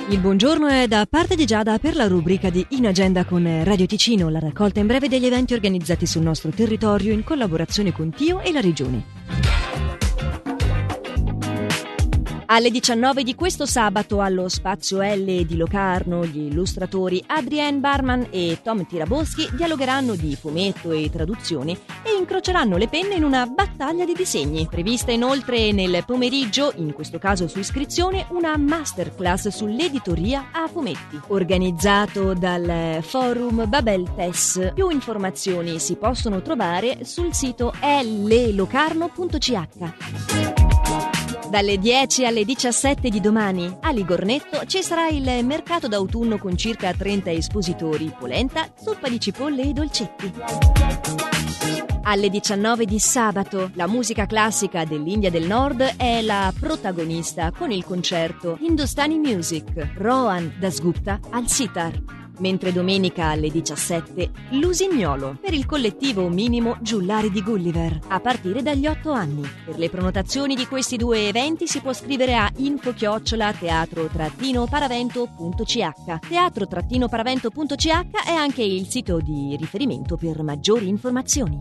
Il buongiorno è da parte di Giada per la rubrica di In Agenda con Radio Ticino, la raccolta in breve degli eventi organizzati sul nostro territorio in collaborazione con Tio e la Regione. Alle 19 di questo sabato allo Spazio L di Locarno gli illustratori Adrienne Barman e Tom Tiraboschi dialogheranno di fumetto e traduzioni e incroceranno le penne in una battaglia di disegni. Prevista inoltre nel pomeriggio, in questo caso su iscrizione, una masterclass sull'editoria a fumetti, organizzato dal forum Babel Tess. Più informazioni si possono trovare sul sito llelocarno.ch. Dalle 10 alle 17 di domani a Ligornetto ci sarà il mercato d'autunno con circa 30 espositori, polenta, zuppa di cipolle e dolcetti. Alle 19 di sabato la musica classica dell'India del Nord è la protagonista con il concerto Hindustani Music, Rohan Dasgupta al sitar. Mentre domenica alle 17 l'Usignolo per il collettivo minimo Giullari di Gulliver a partire dagli 8 anni. Per le prenotazioni di questi due eventi si può scrivere a info@teatro-paravento.ch. Teatro-paravento.ch è anche il sito di riferimento per maggiori informazioni.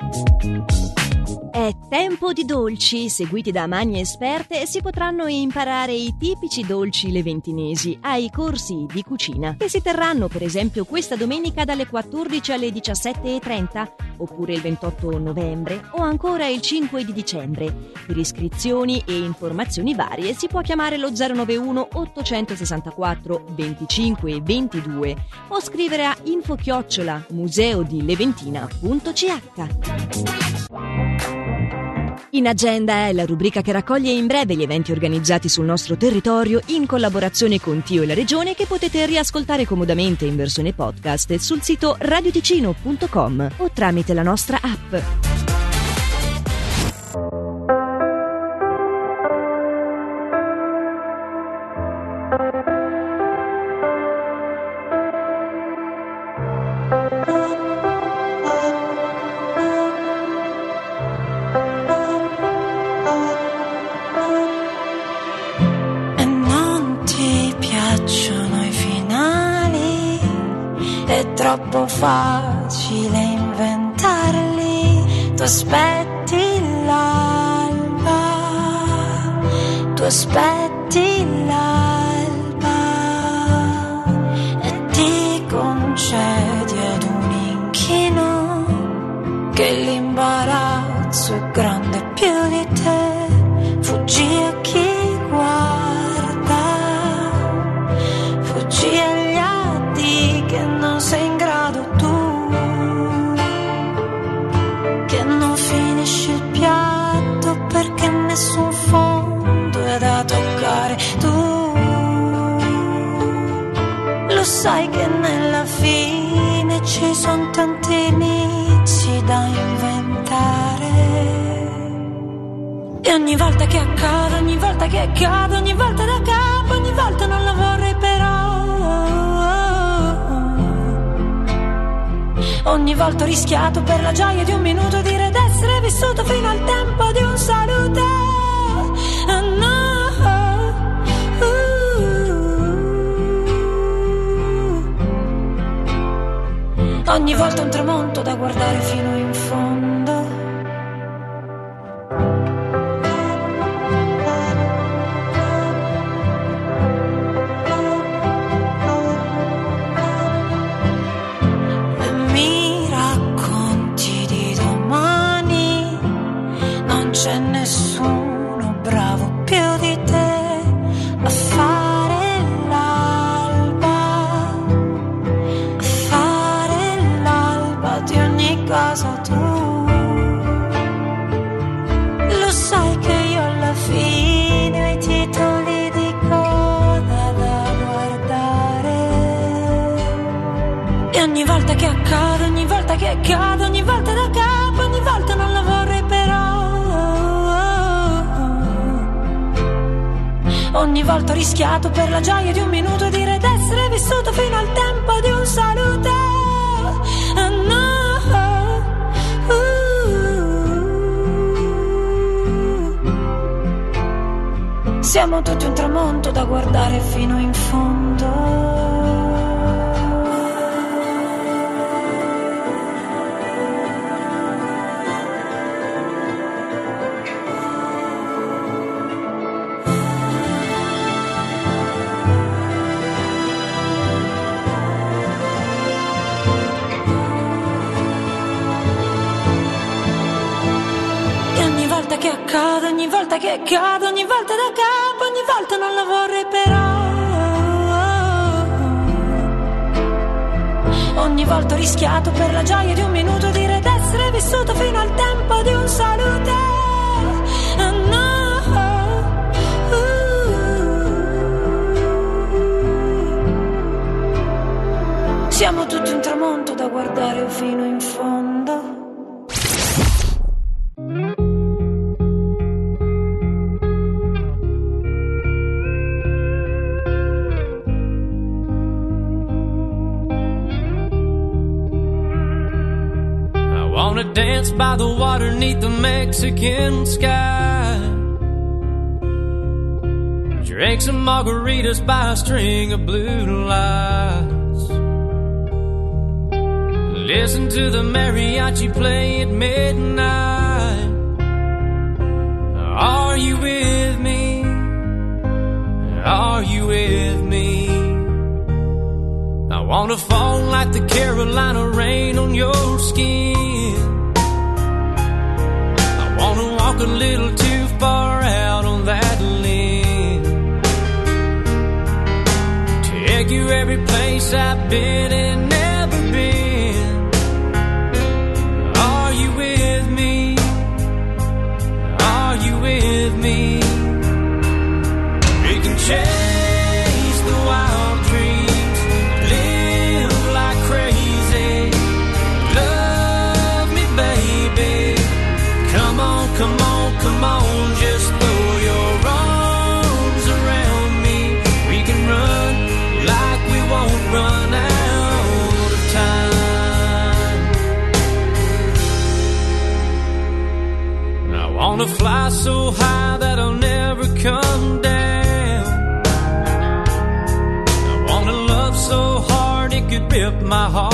È tempo di dolci, seguiti da mani esperte si potranno imparare i tipici dolci leventinesi ai corsi di cucina che si terranno per esempio questa domenica dalle 14 alle 17:30 oppure il 28 novembre o ancora il 5 di dicembre. Per iscrizioni e informazioni varie si può chiamare lo 091 864 25 22 o scrivere a info@museodileventina.ch. In Agenda è la rubrica che raccoglie in breve gli eventi organizzati sul nostro territorio in collaborazione con Tio e la Regione, che potete riascoltare comodamente in versione podcast sul sito radioticino.com o tramite la nostra app. È troppo facile inventarli. Tu aspetti l'alba, tu aspetti l'alba e ti concedi ad un inchino che l'imbarazzo è grande più di te. Fuggi a chi guarda, fuggi agli atti che non sei in grado tu, che non finisci il piatto perché nessun fondo è da toccare. Tu lo sai che nella fine ci sono tanti inizi da inventare. E ogni volta che accade, ogni volta che accade, ogni volta da capo, ogni volta non la vorrei però. Ogni volta ho rischiato per la gioia di un minuto dire d'essere vissuto fino al tempo di un saluto. No. Ogni volta un tramonto da guardare fino in fondo. C'è nessuno bravo più di te a fare l'alba, a fare l'alba di ogni cosa tu. Lo sai che io alla fine ho i titoli di coda da guardare. E ogni volta che accade, ogni volta che accade, ogni volta da capo, ogni volta non la vorrei però. Ogni volta ho rischiato per la gioia di un minuto dire d'essere vissuto fino al tempo di un saluto. No. Siamo tutti un tramonto da guardare fino in fondo. Ogni volta che cado, ogni volta da capo, ogni volta non lo vorrei però. Ogni volta ho rischiato per la gioia di un minuto dire d'essere vissuto fino al tempo di un saluto. No. Siamo tutti un tramonto da guardare fino in fondo. Dance by the water neath the Mexican sky. Drink some margaritas by a string of blue lights. Listen to the mariachi play at midnight. Are you with me? Are you with me? I wanna fall like the Carolina rain on your skin. Wanna walk a little too far out on that limb. Take you every place I've been and never been. Are you with me? Are you with me? We can chase the wild dreams, live like crazy. Love me, baby. Come on, come on, come on, just throw your arms around me. We can run like we won't run out of time. I wanna fly so high that I'll never come down. I wanna love so hard it could rip my heart